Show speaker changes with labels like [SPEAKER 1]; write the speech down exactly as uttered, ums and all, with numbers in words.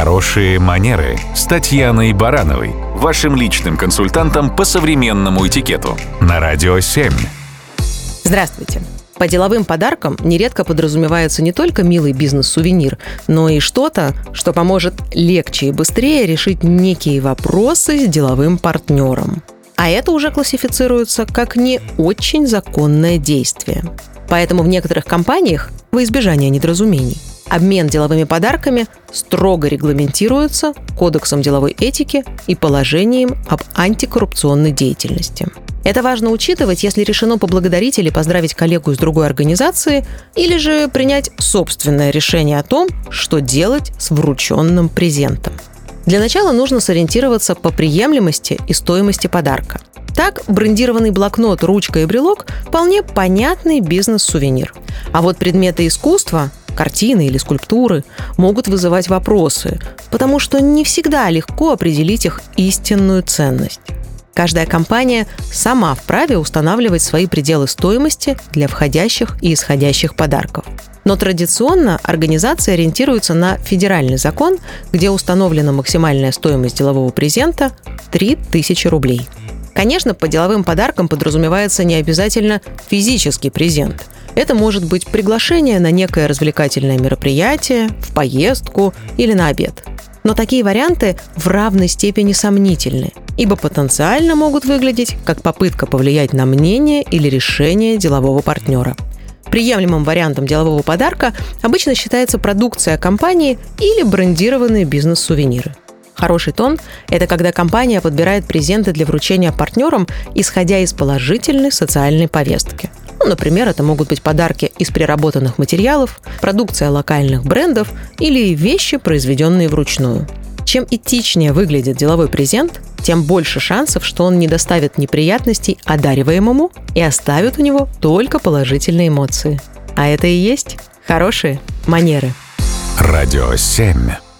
[SPEAKER 1] Хорошие манеры с Татьяной Барановой, вашим личным консультантом по современному этикету на Радио семь.
[SPEAKER 2] Здравствуйте. По деловым подаркам нередко подразумевается не только милый бизнес-сувенир, но и что-то, что поможет легче и быстрее решить некие вопросы с деловым партнером. А это уже классифицируется как не очень законное действие. Поэтому в некоторых компаниях, во избежание недоразумений, обмен деловыми подарками строго регламентируется Кодексом деловой этики и положением об антикоррупционной деятельности. Это важно учитывать, если решено поблагодарить или поздравить коллегу из другой организации, или же принять собственное решение о том, что делать с врученным презентом. Для начала нужно сориентироваться по приемлемости и стоимости подарка. Так, брендированный блокнот, ручка и брелок – вполне понятный бизнес-сувенир. А вот предметы искусства, картины или скульптуры, могут вызывать вопросы, потому что не всегда легко определить их истинную ценность. Каждая компания сама вправе устанавливать свои пределы стоимости для входящих и исходящих подарков. Но традиционно организация ориентируется на федеральный закон, где установлена максимальная стоимость делового презента – три тысячи рублей. Конечно, по деловым подаркам подразумевается не обязательно физический презент. Это может быть приглашение на некое развлекательное мероприятие, в поездку или на обед. Но такие варианты в равной степени сомнительны, ибо потенциально могут выглядеть как попытка повлиять на мнение или решение делового партнера. Приемлемым вариантом делового подарка обычно считается продукция компании или брендированные бизнес-сувениры. Хороший тон – это когда компания подбирает презенты для вручения партнерам, исходя из положительной социальной повестки. Ну, например, это могут быть подарки из переработанных материалов, продукция локальных брендов или вещи, произведенные вручную. Чем этичнее выглядит деловой презент, тем больше шансов, что он не доставит неприятностей одариваемому и оставит у него только положительные эмоции. А это и есть хорошие манеры.
[SPEAKER 1] Радио семь.